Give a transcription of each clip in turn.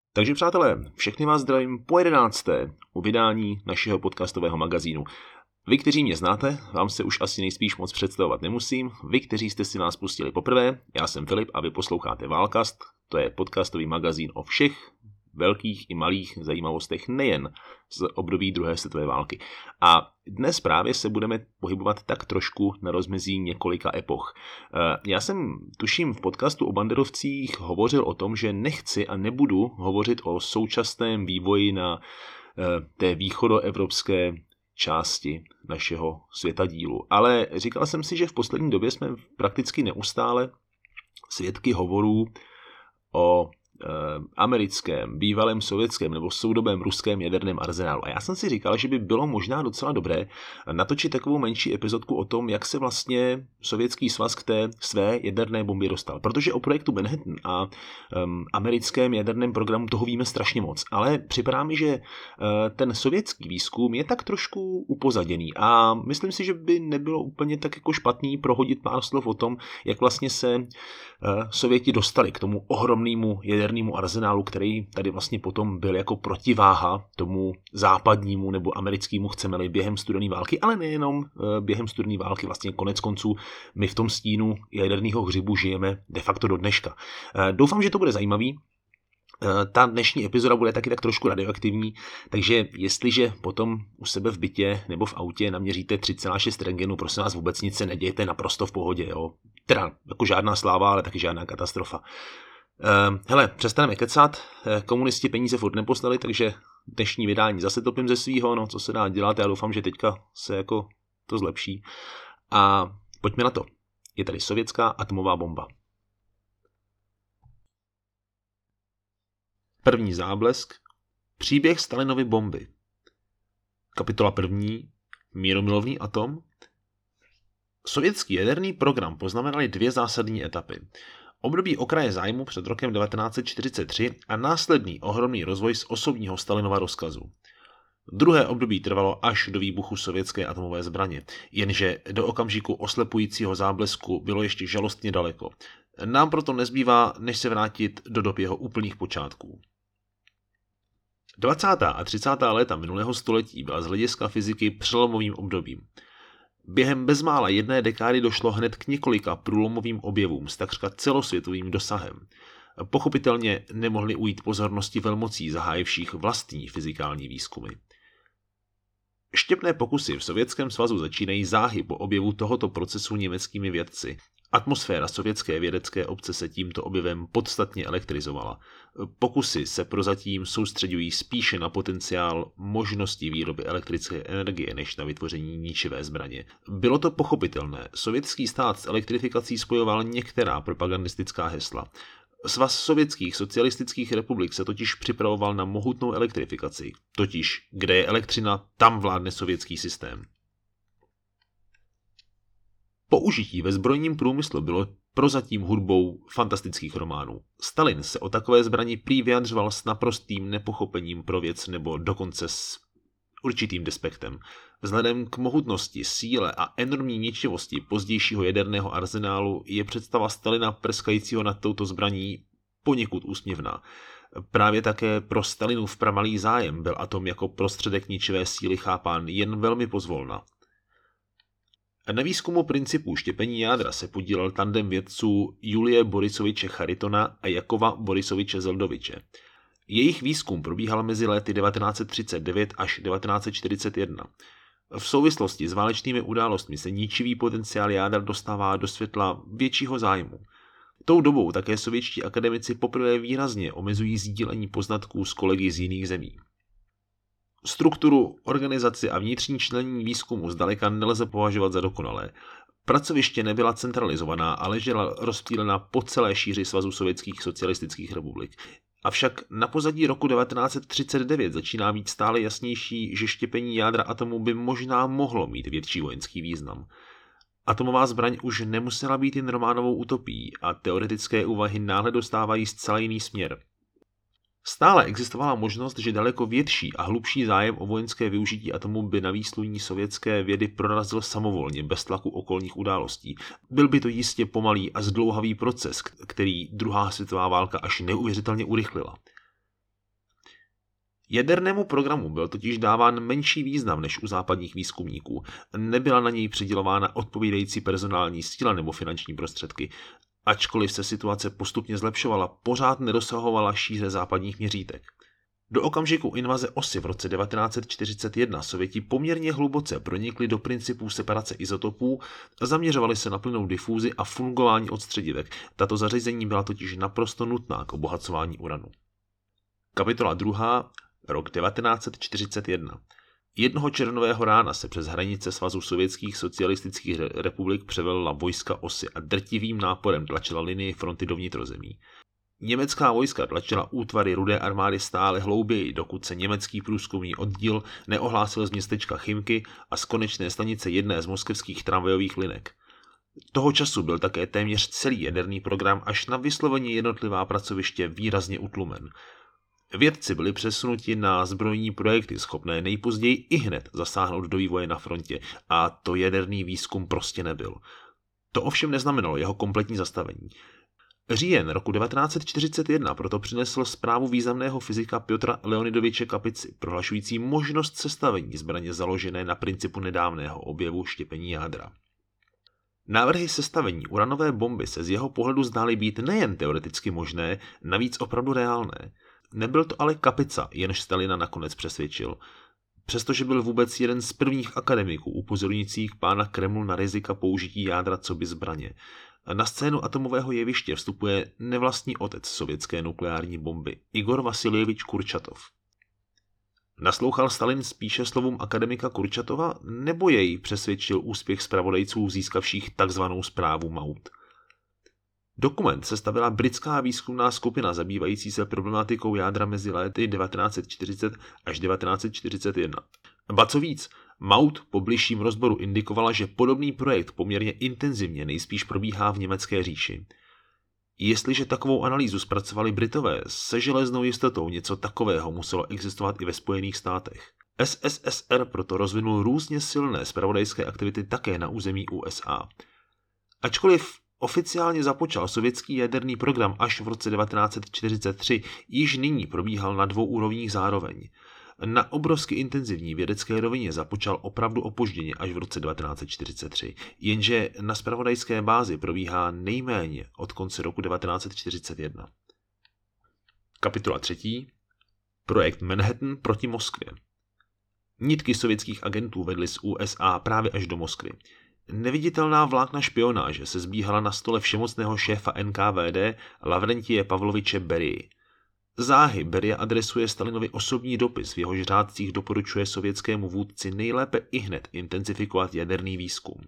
Takže přátelé, všechny vás zdravím po 11. u vydání našeho podcastového magazínu. Vy, kteří mě znáte, vám se už asi nejspíš moc představovat nemusím. Vy, kteří jste si nás pustili poprvé, já jsem Filip a vy posloucháte Válkast. To je podcastový magazín o všech velkých i malých zajímavostech nejen z období druhé světové války. A dnes právě se budeme pohybovat tak trošku na rozmezí několika epoch. Já jsem, tuším, v podcastu o banderovcích hovořil o tom, že nechci a nebudu hovořit o současném vývoji na té východoevropské části našeho světadílu. Ale říkal jsem si, že v poslední době jsme prakticky neustále svědky hovorů o americkém, bývalém sovětském nebo soudobém ruském jaderném arzenálu. A já jsem si říkal, že by bylo možná docela dobré natočit takovou menší epizodku o tom, jak se vlastně Sovětský svaz k té své jaderné bombě dostal. Protože o projektu Manhattan a americkém jaderném programu toho víme strašně moc. Ale připadá mi, že ten sovětský výzkum je tak trošku upozaděný. A myslím si, že by nebylo úplně tak jako špatný prohodit pár slov o tom, jak vlastně se Sověti dostali k tomu ohromnému jadernému arzenálu, který tady vlastně potom byl jako protiváha tomu západnímu nebo americkému, chceme-li, během studené války, ale nejenom během studené války, vlastně konec konců my v tom stínu jaderného hřibu žijeme de facto do dneška. Doufám, že to bude zajímavý. Ta dnešní epizoda bude taky tak trošku radioaktivní, takže jestliže potom u sebe v bytě nebo v autě naměříte 3,6 rentgenu, prosím vás, vůbec nic se nedějte, naprosto v pohodě. Jo? Teda jako žádná sláva, ale taky žádná katastrofa. Hele, přestaneme kecat, komunisti peníze furt neposlali, takže dnešní vydání zase topím ze svýho, no co se dá dělat, já doufám, že teďka se jako to zlepší. A pojďme na to. Je tady sovětská atomová bomba. První záblesk. Příběh Stalinovy bomby. Kapitola 1. Mírumilovný atom. Sovětský jaderný program poznamenaly dvě zásadní etapy. Období okraje zájmu před rokem 1943 a následný ohromný rozvoj z osobního Stalinova rozkazu. Druhé období trvalo až do výbuchu sovětské atomové zbraně, jenže do okamžiku oslepujícího záblesku bylo ještě žalostně daleko. Nám proto nezbývá, než se vrátit do dob jeho úplných počátků. 20. a 30. léta minulého století byla z hlediska fyziky přelomovým obdobím. Během bezmála jedné dekády došlo hned k několika průlomovým objevům s takřka celosvětovým dosahem. Pochopitelně nemohli ujít pozornosti velmocí zahájivších vlastní fyzikální výzkumy. Štěpné pokusy v Sovětském svazu začínají záhy po objevu tohoto procesu německými vědci. Atmosféra sovětské vědecké obce se tímto objevem podstatně elektrizovala. Pokusy se prozatím soustředují spíše na potenciál možnosti výroby elektrické energie než na vytvoření ničivé zbraně. Bylo to pochopitelné. Sovětský stát s elektrifikací spojoval některá propagandistická hesla. Svaz sovětských socialistických republik se totiž připravoval na mohutnou elektrifikaci. Totiž, kde je elektřina, tam vládne sovětský systém. Použití ve zbrojním průmyslu bylo prozatím hudbou fantastických románů. Stalin se o takové zbrani prý vyjadřoval s naprostým nepochopením pro věc nebo dokonce s určitým despektem. Vzhledem k mohutnosti, síle a enormní ničivosti pozdějšího jaderného arzenálu je představa Stalina prskajícího nad touto zbraní poněkud úsměvná. Právě také pro Stalinův pramalý zájem byl atom jako prostředek ničivé síly chápán jen velmi pozvolna. Na výzkumu principů štěpení jádra se podílel tandem vědců Julie Borisoviče Charitona a Jakova Borisoviče Zeldoviče. Jejich výzkum probíhal mezi lety 1939 až 1941. V souvislosti s válečnými událostmi se ničivý potenciál jáder dostává do světla většího zájmu. Tou dobou také sovětští akademici poprvé výrazně omezují sdílení poznatků s kolegy z jiných zemí. Strukturu, organizaci a vnitřní členění výzkumu zdaleka nelze považovat za dokonalé. Pracoviště nebyla centralizovaná a ležela rozptýlena po celé šíři Svazu sovětských socialistických republik. Avšak na pozadí roku 1939 začíná být stále jasnější, že štěpení jádra atomu by možná mohlo mít větší vojenský význam. Atomová zbraň už nemusela být jen románovou utopií a teoretické úvahy náhle dostávají zcela jiný směr. Stále existovala možnost, že daleko větší a hlubší zájem o vojenské využití atomu by na výsluní sovětské vědy prorazil samovolně bez tlaku okolních událostí. Byl by to jistě pomalý a zdlouhavý proces, který druhá světová válka až neuvěřitelně urychlila. Jadernému programu byl totiž dáván menší význam než u západních výzkumníků. Nebyla na něj přidělována odpovídající personální síla nebo finanční prostředky. Ačkoliv se situace postupně zlepšovala, pořád nedosahovala šíře západních měřítek. Do okamžiku invaze OSI v roce 1941 Sověti poměrně hluboce pronikli do principů separace izotopů a zaměřovali se na plynnou difúzi a fungování odstředivek. Tato zařízení byla totiž naprosto nutná k obohacování uranu. Kapitola 2. Rok 1941. Jednoho červnového rána se přes hranice Svazu sovětských socialistických republik převelila vojska OSI a drtivým náporem tlačila linii fronty do vnitrozemí. Německá vojska tlačila útvary Rudé armády stále hlouběji, dokud se německý průzkumný oddíl neohlásil z městečka Chimky a z konečné stanice jedné z moskevských tramvajových linek. Toho času byl také téměř celý jaderný program až na vysloveně jednotlivá pracoviště výrazně utlumen. Vědci byli přesunuti na zbrojní projekty schopné nejpozději ihned zasáhnout do vývoje na frontě a to jaderný výzkum prostě nebyl. To ovšem neznamenalo jeho kompletní zastavení. Říjen roku 1941 proto přinesl zprávu významného fyzika Piotra Leonidoviče Kapici, prohlašující možnost sestavení zbraně založené na principu nedávného objevu štěpení jádra. Návrhy sestavení uranové bomby se z jeho pohledu zdály být nejen teoreticky možné, navíc opravdu reálné. Nebyl to ale Kapica, jenž Stalina nakonec přesvědčil. Přestože byl vůbec jeden z prvních akademiků upozorňujících pána Kremlu na rizika použití jádra coby zbraně. Na scénu atomového jeviště vstupuje nevlastní otec sovětské nukleární bomby, Igor Vasiljevič Kurčatov. Naslouchal Stalin spíše slovům akademika Kurčatova, nebo jej přesvědčil úspěch zpravodajců získavších takzvanou zprávu Maut? Dokument sestavila britská výzkumná skupina zabývající se problematikou jádra mezi lety 1940 až 1941. Ba co víc, Maut po bližším rozboru indikovala, že podobný projekt poměrně intenzivně nejspíš probíhá v německé říši. Jestliže takovou analýzu zpracovali Britové, se železnou jistotou něco takového muselo existovat i ve Spojených státech. SSSR proto rozvinul různě silné zpravodajské aktivity také na území USA. Ačkoliv oficiálně započal sovětský jaderný program až v roce 1943, již nyní probíhal na 2 úrovních zároveň. Na obrovsky intenzivní vědecké rovině započal opravdu opožděně až v roce 1943, jenže na zpravodajské bázi probíhá nejméně od konce roku 1941. Kapitola 3. Projekt Manhattan proti Moskvě. Nitky sovětských agentů vedly z USA právě až do Moskvy. Neviditelná vlákna špionáže se zbíhala na stole všemocného šéfa NKVD Lavrentie Pavloviče Berii. Záhy Beria adresuje Stalinovi osobní dopis, v jehož řádcích doporučuje sovětskému vůdci nejlépe ihned intenzifikovat jaderný výzkum.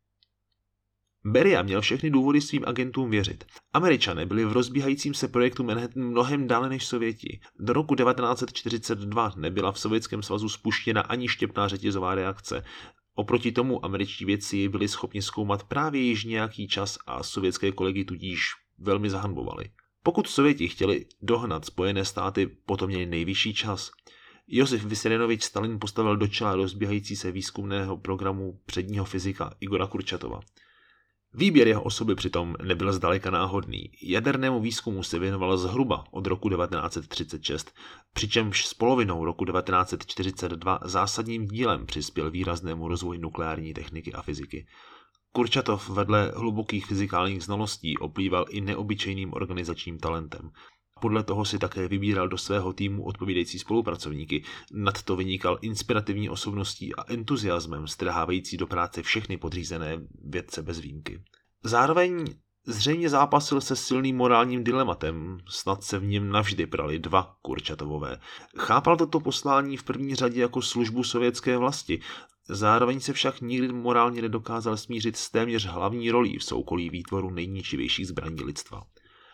Beria měl všechny důvody svým agentům věřit. Američané byli v rozbíhajícím se projektu Manhattan mnohem dále než Sověti. Do roku 1942 nebyla v Sovětském svazu spuštěna ani štěpná řetězová reakce. Oproti tomu američtí vědci byli schopni zkoumat právě již nějaký čas a sovětské kolegy tudíž velmi zahanbovali. Pokud Sověti chtěli dohnat Spojené státy, potom měli nejvyšší čas. Josif Vissarionovič Stalin postavil do čela rozbíhající se výzkumného programu předního fyzika Igora Kurčatova. Výběr jeho osoby přitom nebyl zdaleka náhodný. Jadernému výzkumu se věnoval zhruba od roku 1936, přičemž s polovinou roku 1942 zásadním dílem přispěl výraznému rozvoji nukleární techniky a fyziky. Kurčatov vedle hlubokých fyzikálních znalostí oplýval i neobyčejným organizačním talentem. Podle toho si také vybíral do svého týmu odpovídající spolupracovníky, nadto vynikal inspirativní osobností a entuziasmem strhávající do práce všechny podřízené vědce bez výjimky. Zároveň zřejmě zápasil se silným morálním dilematem, snad se v něm navždy prali 2 Kurčatovové. Chápal toto poslání v první řadě jako službu sovětské vlasti, zároveň se však nikdy morálně nedokázal smířit s téměř hlavní rolí v soukolí výtvoru nejničivějších zbraní lidstva.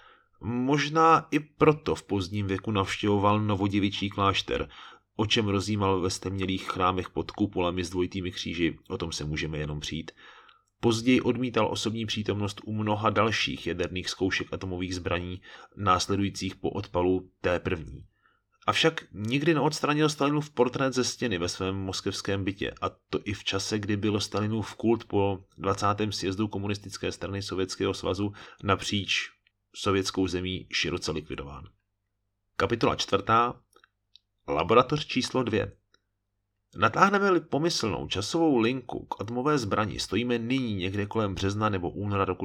Možná i proto v pozdním věku navštěvoval novodivičí klášter, o čem rozjímal ve stemnělých chrámech pod kupolami s dvojitými kříži, o tom se můžeme jenom přijít. Později odmítal osobní přítomnost u mnoha dalších jaderných zkoušek atomových zbraní, následujících po odpalu té první. Avšak nikdy neodstranil Stalinův portrét ze stěny ve svém moskevském bytě, a to i v čase, kdy byl Stalinův kult po 20. sjezdu komunistické strany Sovětského svazu napříč sovětskou zemí široce likvidován. Kapitola 4. Laboratoř číslo 2. Natáhneme-li pomyslnou časovou linku k atomové zbrani, stojíme nyní někde kolem března nebo února roku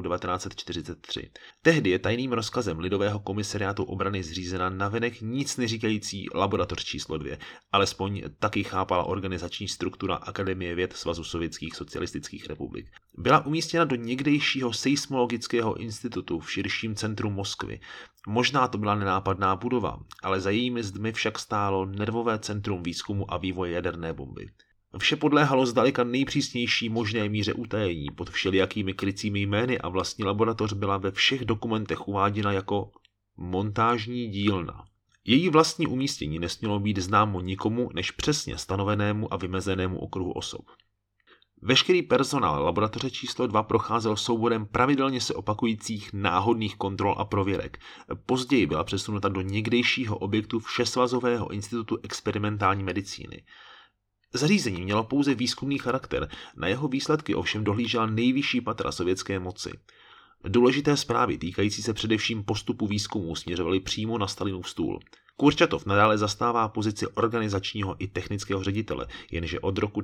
1943. Tehdy je tajným rozkazem Lidového komisariátu obrany zřízena navenek nic neříkající laboratoř číslo 2, alespoň taky chápala organizační struktura Akademie věd Svazu sovětských socialistických republik. Byla umístěna do někdejšího seismologického institutu v širším centru Moskvy. Možná to byla nenápadná budova, ale za jejími zdmi však stálo nervové centrum výzkumu a vývoje jaderné bomby. Vše podléhalo zdaleka nejpřísnější možné míře utajení pod všelijakými krycími jmény a vlastní laboratoř byla ve všech dokumentech uváděna jako montážní dílna. Její vlastní umístění nesmělo být známo nikomu než přesně stanovenému a vymezenému okruhu osob. Veškerý personál laboratoře číslo 2 procházel souborem pravidelně se opakujících náhodných kontrol a prověrek. Později byla přesunuta do někdejšího objektu Všesvazového institutu experimentální medicíny. Zařízení mělo pouze výzkumný charakter, na jeho výsledky ovšem dohlížela nejvyšší patra sovětské moci. Důležité zprávy týkající se především postupu výzkumu směřovaly přímo na Stalinův stůl. Kurčatov nadále zastává pozici organizačního i technického ředitele, jenže od roku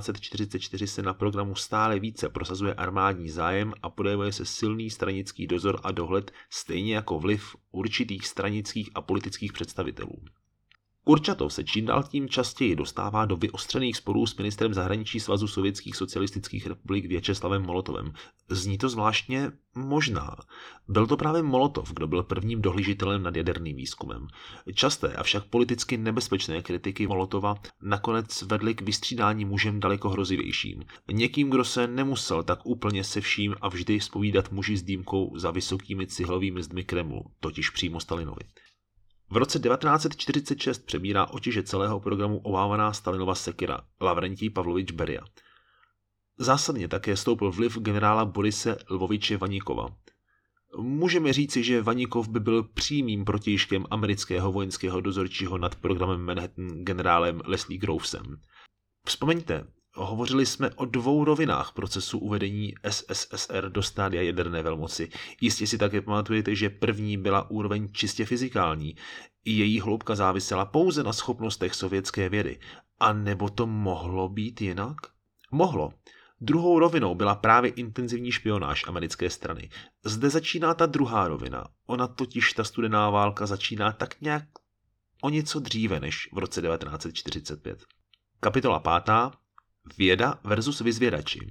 1944 se na programu stále více prosazuje armádní zájem a projevuje se silný stranický dozor a dohled, stejně jako vliv určitých stranických a politických představitelů. Kurčatov se čím dál tím častěji dostává do vyostřených sporů s ministrem zahraničí Svazu sovětských socialistických republik Vjačeslavem Molotovem. Zní to zvláštně? Možná. Byl to právě Molotov, kdo byl prvním dohlížitelem nad jaderným výzkumem. Časté, avšak politicky nebezpečné kritiky Molotova nakonec vedly k vystřídání mužem daleko hrozivějším. Někým, kdo se nemusel tak úplně se vším a vždy zpovídat muži s dýmkou za vysokými cihlovými zdmi Kremlu, totiž přímo Stalinovi. V roce 1946 přebírá otěže celého programu obávaná Stalinova sekira Lavrentij Pavlovič Beria. Zásadně také stoupil vliv generála Borise Lvoviče Vaníkova. Můžeme říci, že Vaníkov by byl přímým protějškem amerického vojenského dozorčího nad programem Manhattan generálem Leslie Grovesem. Vzpomeňte, hovořili jsme o 2 rovinách procesu uvedení SSSR do stádia jaderné velmoci. Jistě si také pamatujete, že první byla úroveň čistě fyzikální. Její hloubka závisela pouze na schopnostech sovětské vědy. A nebo to mohlo být jinak? Mohlo. Druhou rovinou byla právě intenzivní špionáž americké strany. Zde začíná ta druhá rovina. Ona totiž ta studená válka začíná tak nějak o něco dříve než v roce 1945. Kapitola 5. Věda versus vyzvědači.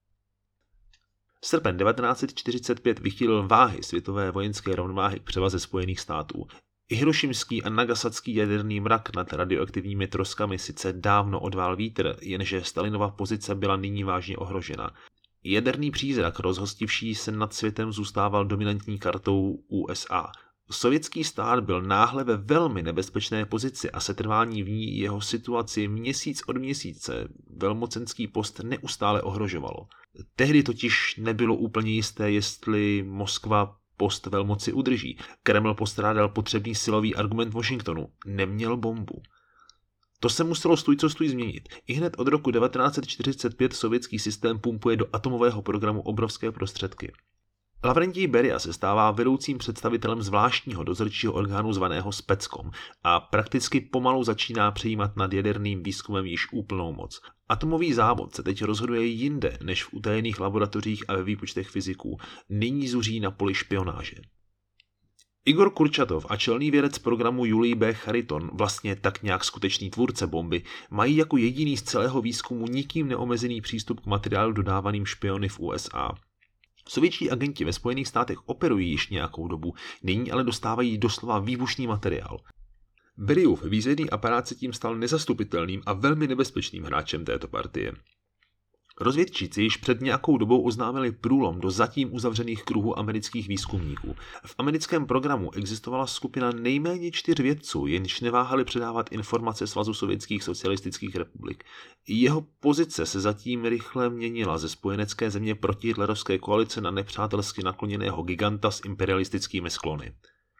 Srpen 1945 vychýlil váhy světové vojenské rovnováhy k převaze Spojených států. Hirošimský a Nagasacký jaderný mrak nad radioaktivními troskami sice dávno odvál vítr, jenže Stalinova pozice byla nyní vážně ohrožena. Jaderný přízrak rozhostivší se nad světem zůstával dominantní kartou USA. Sovětský stát byl náhle ve velmi nebezpečné pozici a setrvání v ní jeho situaci měsíc od měsíce velmocenský post neustále ohrožovalo. Tehdy totiž nebylo úplně jisté, jestli Moskva post velmoci udrží. Kreml postrádal potřebný silový argument Washingtonu. Neměl bombu. To se muselo stůj co stůj změnit. Ihned od roku 1945 sovětský systém pumpuje do atomového programu obrovské prostředky. Lavrentij Beria se stává vedoucím představitelem zvláštního dozorčího orgánu zvaného Speckom a prakticky pomalu začíná přejímat nad jaderným výzkumem již úplnou moc. Atomový závod se teď rozhoduje jinde než v utajených laboratořích a ve výpočtech fyziků. Nyní zuří na poli špionáže. Igor Kurčatov a čelný vědec programu Julij B. Chariton, vlastně tak nějak skutečný tvůrce bomby, mají jako jediný z celého výzkumu nikým neomezený přístup k materiálu dodávaným špiony v USA. Sovětští agenti ve Spojených státech operují již nějakou dobu, nyní ale dostávají doslova výbušný materiál. Beriův výzvědný aparát se tím stal nezastupitelným a velmi nebezpečným hráčem této partie. Rozvědčíci již před nějakou dobou oznámili průlom do zatím uzavřených kruhů amerických výzkumníků. V americkém programu existovala skupina nejméně 4 vědců, jenž neváhali předávat informace Svazu sovětských socialistických republik. Jeho pozice se zatím rychle měnila ze spojenecké země protihitlerovské koalice na nepřátelsky nakloněného giganta s imperialistickými sklony.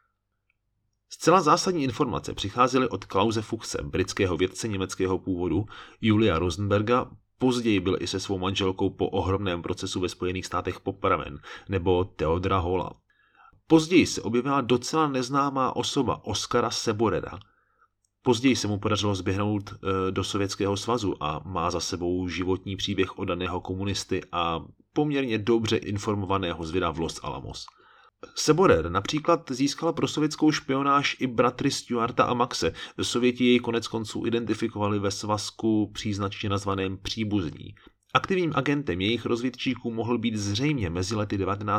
Zcela zásadní informace přicházely od Klause Fuchse, britského vědce německého původu, Julia Rosenberga, později byl i se svou manželkou po ohromném procesu ve Spojených státech popraven, nebo Theodora Holla. Později se objevila docela neznámá osoba Oskara Seboreda. Později se mu podařilo zběhnout do Sovětského svazu a má za sebou životní příběh oddaného komunisty a poměrně dobře informovaného zvěda v Los Alamos. Seborer například získal pro sovětskou špionáž i bratry Stuarta a Maxe. Sověti jej konec konců identifikovali ve svazku příznačně nazvaném Příbuzní. Aktivním agentem jejich rozvědčíků mohl být zřejmě mezi lety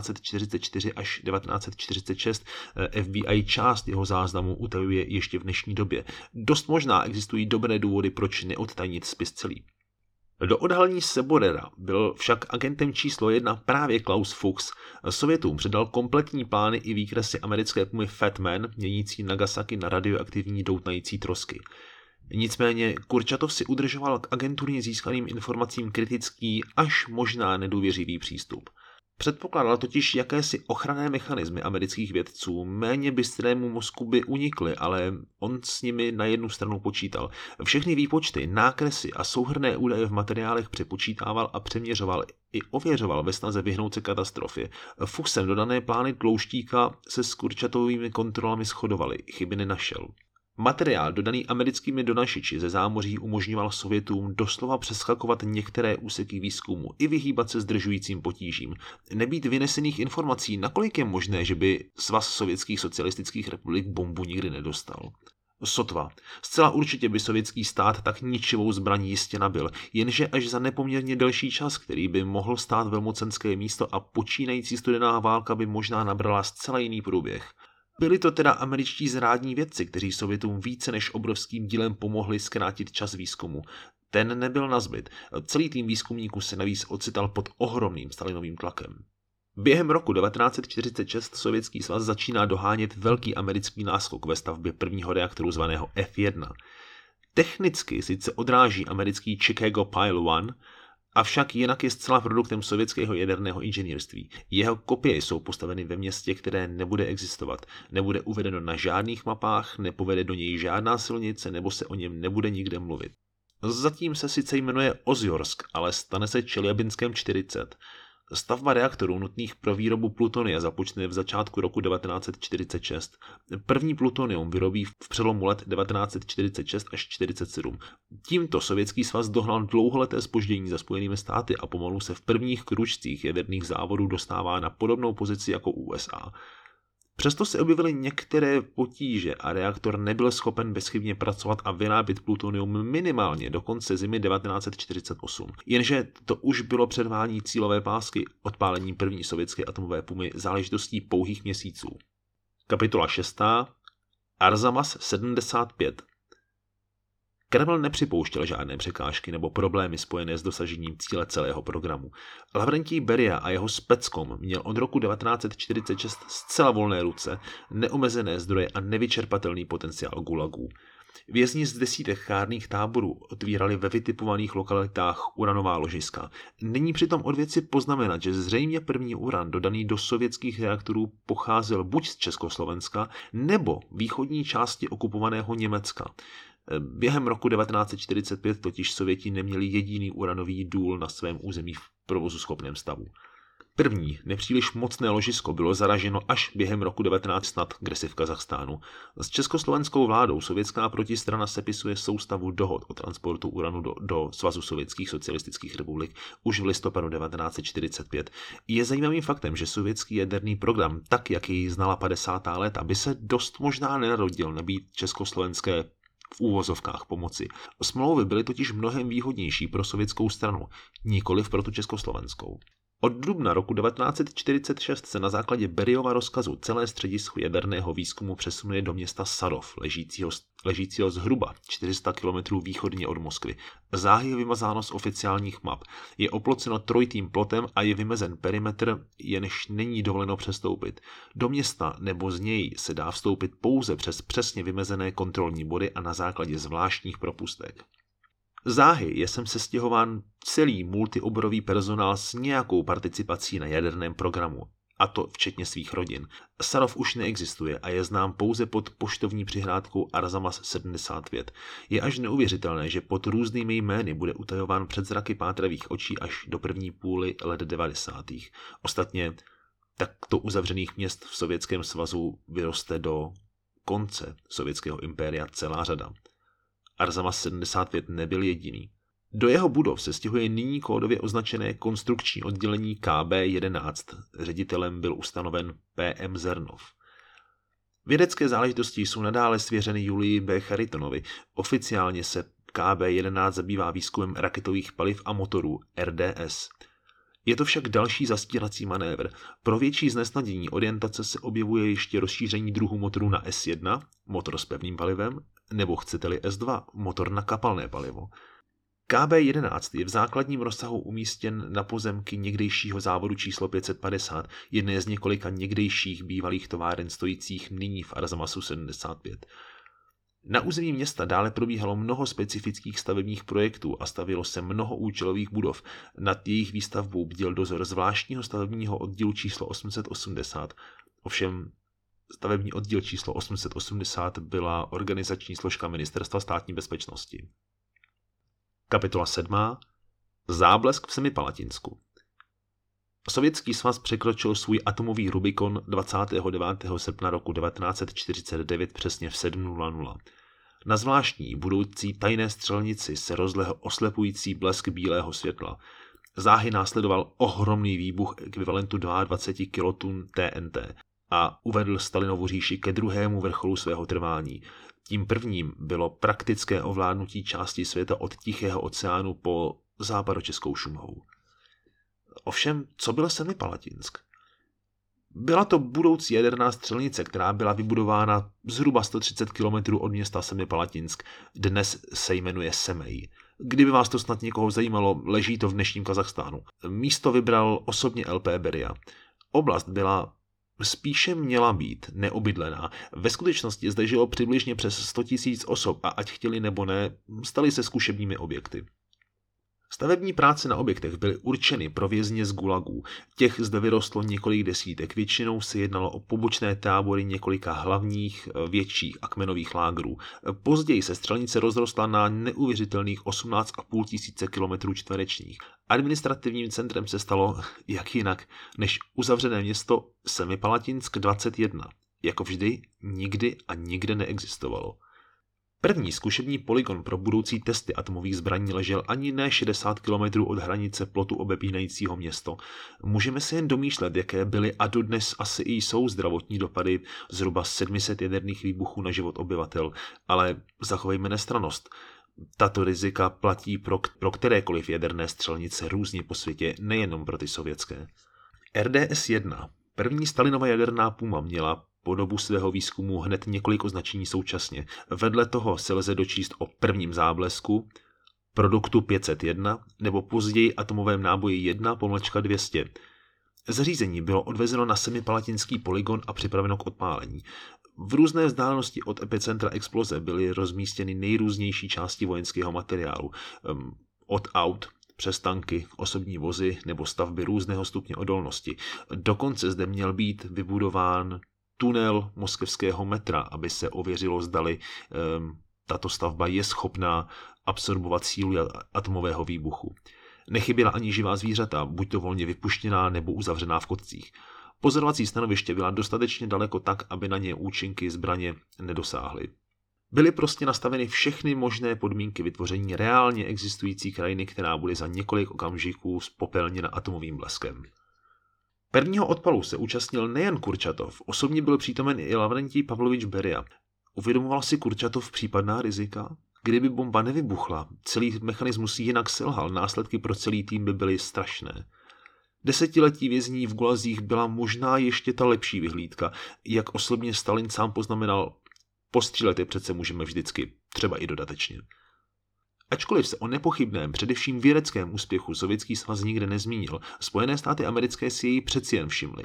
1944 až 1946. FBI část jeho záznamu utajuje ještě v dnešní době. Dost možná existují dobré důvody, proč neodtajnit spis celý. Do odhalení Seborera byl však agentem číslo 1 právě Klaus Fuchs. Sovětům předal kompletní plány i výkresy americké pumy Fat Man, měnící Nagasaki na radioaktivní doutnající trosky. Nicméně Kurčatov si udržoval k agenturně získaným informacím kritický až možná nedůvěřivý přístup. Předpokládal totiž jakési ochranné mechanismy amerických vědců, méně bystrému mozku by unikly, ale on s nimi na jednu stranu počítal. Všechny výpočty, nákresy a souhrnné údaje v materiálech přepočítával a přeměřoval i ověřoval ve snaze vyhnout se katastrofě. Fuchsem dodané plány Tlouštíka se s Kurčatovými kontrolami shodovaly, chyby nenašel. Materiál dodaný americkými donašiči ze zámoří umožňoval Sovětům doslova přeskakovat některé úseky výzkumu i vyhýbat se zdržujícím potížím. Nebýt vynesených informací, nakolik je možné, že by Svaz sovětských socialistických republik bombu nikdy nedostal. Sotva. Zcela určitě by sovětský stát tak ničivou zbraň jistě nabyl, jenže až za nepoměrně delší čas, který by mohl stát velmocenské místo a počínající studená válka by možná nabrala zcela jiný průběh. Byli to teda američtí zrádní vědci, kteří Sovětům více než obrovským dílem pomohli zkrátit čas výzkumu. Ten nebyl nazbyt. Celý tým výzkumníků se navíc ocital pod ohromným Stalinovým tlakem. Během roku 1946 Sovětský svaz začíná dohánět velký americký náskok ve stavbě prvního reaktoru zvaného F1. Technicky sice odráží americký Chicago Pile 1, avšak jinak je zcela produktem sovětského jaderného inženýrství. Jeho kopie jsou postaveny ve městě, které nebude existovat. Nebude uvedeno na žádných mapách, nepovede do něj žádná silnice, nebo se o něm nebude nikde mluvit. Zatím se sice jmenuje Ozjorsk, ale stane se Čeljabinskem 40. Stavba reaktorů nutných pro výrobu plutonia započne v začátku roku 1946. První plutonium vyrobí v přelomu let 1946 až 1947. Tímto Sovětský svaz dohnal dlouholeté zpoždění za Spojenými státy a pomalu se v prvních kručcích jaderných závodů dostává na podobnou pozici jako USA. Přesto se objevily některé potíže a reaktor nebyl schopen bezchybně pracovat a vyrábět plutonium minimálně do konce zimy 1948. Jenže to už bylo předvání cílové pásky odpálením první sovětské atomové pumy záležitostí pouhých měsíců. Kapitola 6. Arzamas 75. Kreml nepřipouštěl žádné překážky nebo problémy spojené s dosažením cíle celého programu. Lavrentij Beria a jeho Speckom měl od roku 1946 zcela volné ruce, neomezené zdroje a nevyčerpatelný potenciál gulagů. Vězni z desítek chárných táborů otvírali ve vytipovaných lokalitách uranová ložiska. Není přitom od věci poznamenat, že zřejmě první uran dodaný do sovětských reaktorů pocházel buď z Československa nebo východní části okupovaného Německa. Během roku 1945 totiž Sověti neměli jediný uranový důl na svém území v provozuschopném stavu. První, nepříliš mocné ložisko bylo zaraženo až během roku 1900 kdesi v Kazachstánu. S československou vládou sovětská protistrana sepisuje soustavu dohod o transportu uranu do Svazu sovětských socialistických republik už v listopadu 1945. Je zajímavým faktem, že sovětský jaderný program, tak jak jej znala 50. léta, by se dost možná nenarodil nebýt československé v úvozovkách pomoci. Smlouvy byly totiž mnohem výhodnější pro sovětskou stranu, nikoliv pro tu československou. Od dubna roku 1946 se na základě Beriova rozkazu celé středisko jaderného výzkumu přesunuje do města Sarov, ležícího zhruba 400 km východně od Moskvy. Záhy je vymazáno z oficiálních map. Je oploceno trojitým plotem a je vymezen perimetr, jenž není dovoleno přestoupit. Do města nebo z něj se dá vstoupit pouze přes přesně vymezené kontrolní body a na základě zvláštních propustek. Záhy je sem sestěhován celý multioborový personál s nějakou participací na jaderném programu, a to včetně svých rodin. Sarov už neexistuje a je znám pouze pod poštovní přihrádkou Arzamas 75. Je až neuvěřitelné, že pod různými jmény bude utajován před zraky pátravých očí až do první půly let 90. Ostatně takto uzavřených měst v Sovětském svazu vyroste do konce sovětského impéria celá řada. Arzamas 75 nebyl jediný. Do jeho budov se stěhuje nyní kódově označené konstrukční oddělení KB11. Ředitelem byl ustanoven P.M. Zernov. Vědecké záležitosti jsou nadále svěřeny Julii B. Charitonovi. Oficiálně se KB11 zabývá výzkumem raketových paliv a motorů RDS. Je to však další zastírací manévr. Pro větší znesnadnění orientace se objevuje ještě rozšíření druhu motoru na S1, motor s pevným palivem, nebo chcete-li S2, motor na kapalné palivo. KB11 je v základním rozsahu umístěn na pozemky někdejšího závodu číslo 550, jedné z několika někdejších bývalých továren stojících nyní v Arzamasu 75. Na území města dále probíhalo mnoho specifických stavebních projektů a stavělo se mnoho účelových budov. Nad jejich výstavbou bděl dozor zvláštního stavebního oddílu číslo 880. Ovšem stavební oddíl číslo 880 byla organizační složka Ministerstva státní bezpečnosti. Kapitola 7. Záblesk v Semipalatinsku. Sovětský svaz překročil svůj atomový Rubikon 29. srpna roku 1949 přesně v 7:00. Na zvláštní budoucí tajné střelnici se rozlehl oslepující blesk bílého světla. Záhy následoval ohromný výbuch ekvivalentu 22 kilotun TNT a uvedl Stalinovu říši ke druhému vrcholu svého trvání. Tím prvním bylo praktické ovládnutí části světa od Tichého oceánu po západočeskou Šumavou. Ovšem, co byl Semipalatinsk? Byla to budoucí jaderná střelnice, která byla vybudována zhruba 130 km od města Semipalatinsk. Dnes se jmenuje Semej. Kdyby vás to snad někoho zajímalo, leží to v dnešním Kazachstánu. Místo vybral osobně LP Beria. Oblast měla být neobydlená. Ve skutečnosti zde žilo přibližně přes 100 000 osob a ať chtěli nebo ne, stali se zkušebními objekty. Stavební práce na objektech byly určeny pro vězně z gulagů. Těch zde vyrostlo několik desítek, většinou se jednalo o pobočné tábory několika hlavních, větších a kmenových lágrů. Později se střelnice rozrostla na neuvěřitelných 18 500 km². Administrativním centrem se stalo, jak jinak, než uzavřené město Semipalatinsk 21. Jako vždy, nikdy a nikde neexistovalo. První zkušební polygon pro budoucí testy atomových zbraní ležel ani ne 60 km od hranice plotu obepínajícího město. Můžeme si jen domýšlet, jaké byly a dodnes asi i jsou zdravotní dopady zhruba 700 jaderných výbuchů na život obyvatel, ale zachovejme nestrannost. Tato rizika platí pro kterékoliv jaderné střelnice různě po světě, nejenom pro ty sovětské. RDS-1, první Stalinova jaderná Puma, měla po dobu svého výzkumu hned několik označení současně. Vedle toho se lze dočíst o prvním záblesku, produktu 501 nebo později atomovém náboji 1-200. Zařízení bylo odvezeno na Semipalatinský polygon a připraveno k odpálení. V různé vzdálenosti od epicentra exploze byly rozmístěny nejrůznější části vojenského materiálu. Od aut přes tanky, osobní vozy nebo stavby různého stupně odolnosti. Dokonce zde měl být vybudován tunel moskevského metra, aby se ověřilo, zdali tato stavba je schopná absorbovat sílu atomového výbuchu. Nechyběla ani živá zvířata, buď to volně vypuštěná nebo uzavřená v kotcích. Pozorovací stanoviště byla dostatečně daleko tak, aby na ně účinky zbraně nedosáhly. Byly prostě nastaveny všechny možné podmínky vytvoření reálně existující krajiny, která bude za několik okamžiků spopelněna atomovým bleskem. Prvního odpalu se účastnil nejen Kurčatov, osobně byl přítomen i Lavrentij Pavlovič Beria. Uvědomoval si Kurčatov případná rizika? Kdyby bomba nevybuchla, celý mechanismus jinak selhal, následky pro celý tým by byly strašné. Desetiletí vězní v gulazích byla možná ještě ta lepší vyhlídka, jak osobně Stalin sám poznamenal, postřílet je přece můžeme vždycky, třeba i dodatečně. Ačkoliv se o nepochybném, především vědeckém úspěchu Sovětský svaz nikde nezmínil, Spojené státy americké si jej přeci jen všimly.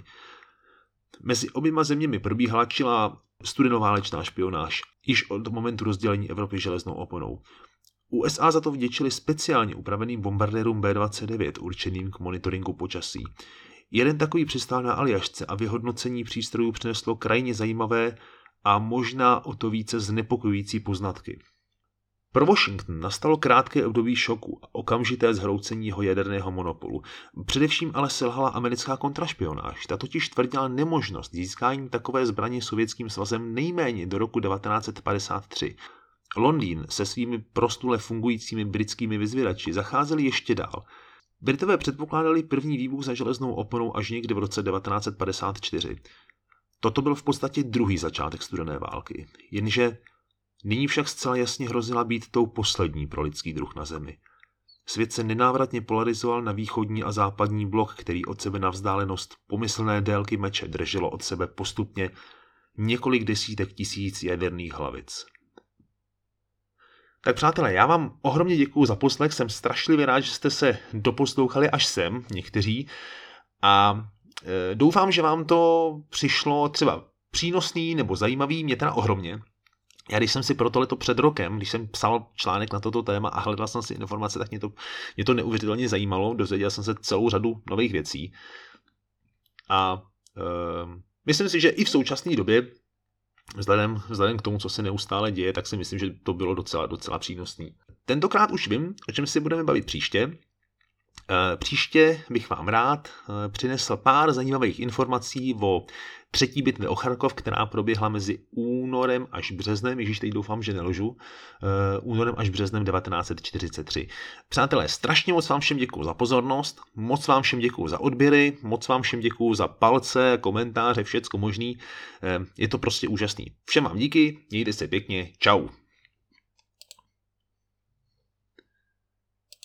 Mezi oběma zeměmi probíhala čilá studenoválečná špionáž, již od momentu rozdělení Evropy železnou oponou. USA za to vděčili speciálně upraveným bombardérům B-29 určeným k monitoringu počasí. Jeden takový přistál na Aljašce a vyhodnocení přístrojů přineslo krajně zajímavé a možná o to více znepokojující poznatky. Pro Washington nastalo krátké období šoku a okamžité zhroucení jeho jaderného monopolu. Především ale selhala americká kontrašpionáž. Ta totiž tvrdila nemožnost získání takové zbraně Sovětským svazem nejméně do roku 1953. Londýn se svými prostule fungujícími britskými vyzvědači zacházeli ještě dál. Britové předpokládali první výbuch za železnou oponou až někdy v roce 1954. Toto byl v podstatě druhý začátek studené války, jenže nyní však zcela jasně hrozila být tou poslední pro lidský druh na Zemi. Svět se nenávratně polarizoval na východní a západní blok, který od sebe na vzdálenost pomyslné délky meče drželo od sebe postupně několik desítek tisíc jaderných hlavic. Tak přátelé, já vám ohromně děkuju za poslech, jsem strašlivě rád, že jste se doposlouchali až sem, někteří, a doufám, že vám to přišlo třeba přínosný nebo zajímavý, mě teda ohromně. Já když jsem si pro tohleto před rokem, když jsem psal článek na toto téma a hledal jsem si informace, tak mě to neuvěřitelně zajímalo, dozvěděl jsem se celou řadu nových věcí. A myslím si, že i v současné době, vzhledem k tomu, co se neustále děje, tak si myslím, že to bylo docela přínosný. Tentokrát už vím, o čem si budeme bavit příště. Příště bych vám rád přinesl pár zajímavých informací o třetí bitvě o Charkov, která proběhla mezi únorem až březnem, ježíš, teď doufám, že neložu, únorem až březnem 1943. Přátelé, strašně moc vám všem děkuju za pozornost, moc vám všem děkuju za odběry, moc vám všem děkuju za palce, komentáře, všecko možný. Je to prostě úžasný. Všem vám díky, mějte se pěkně, čau.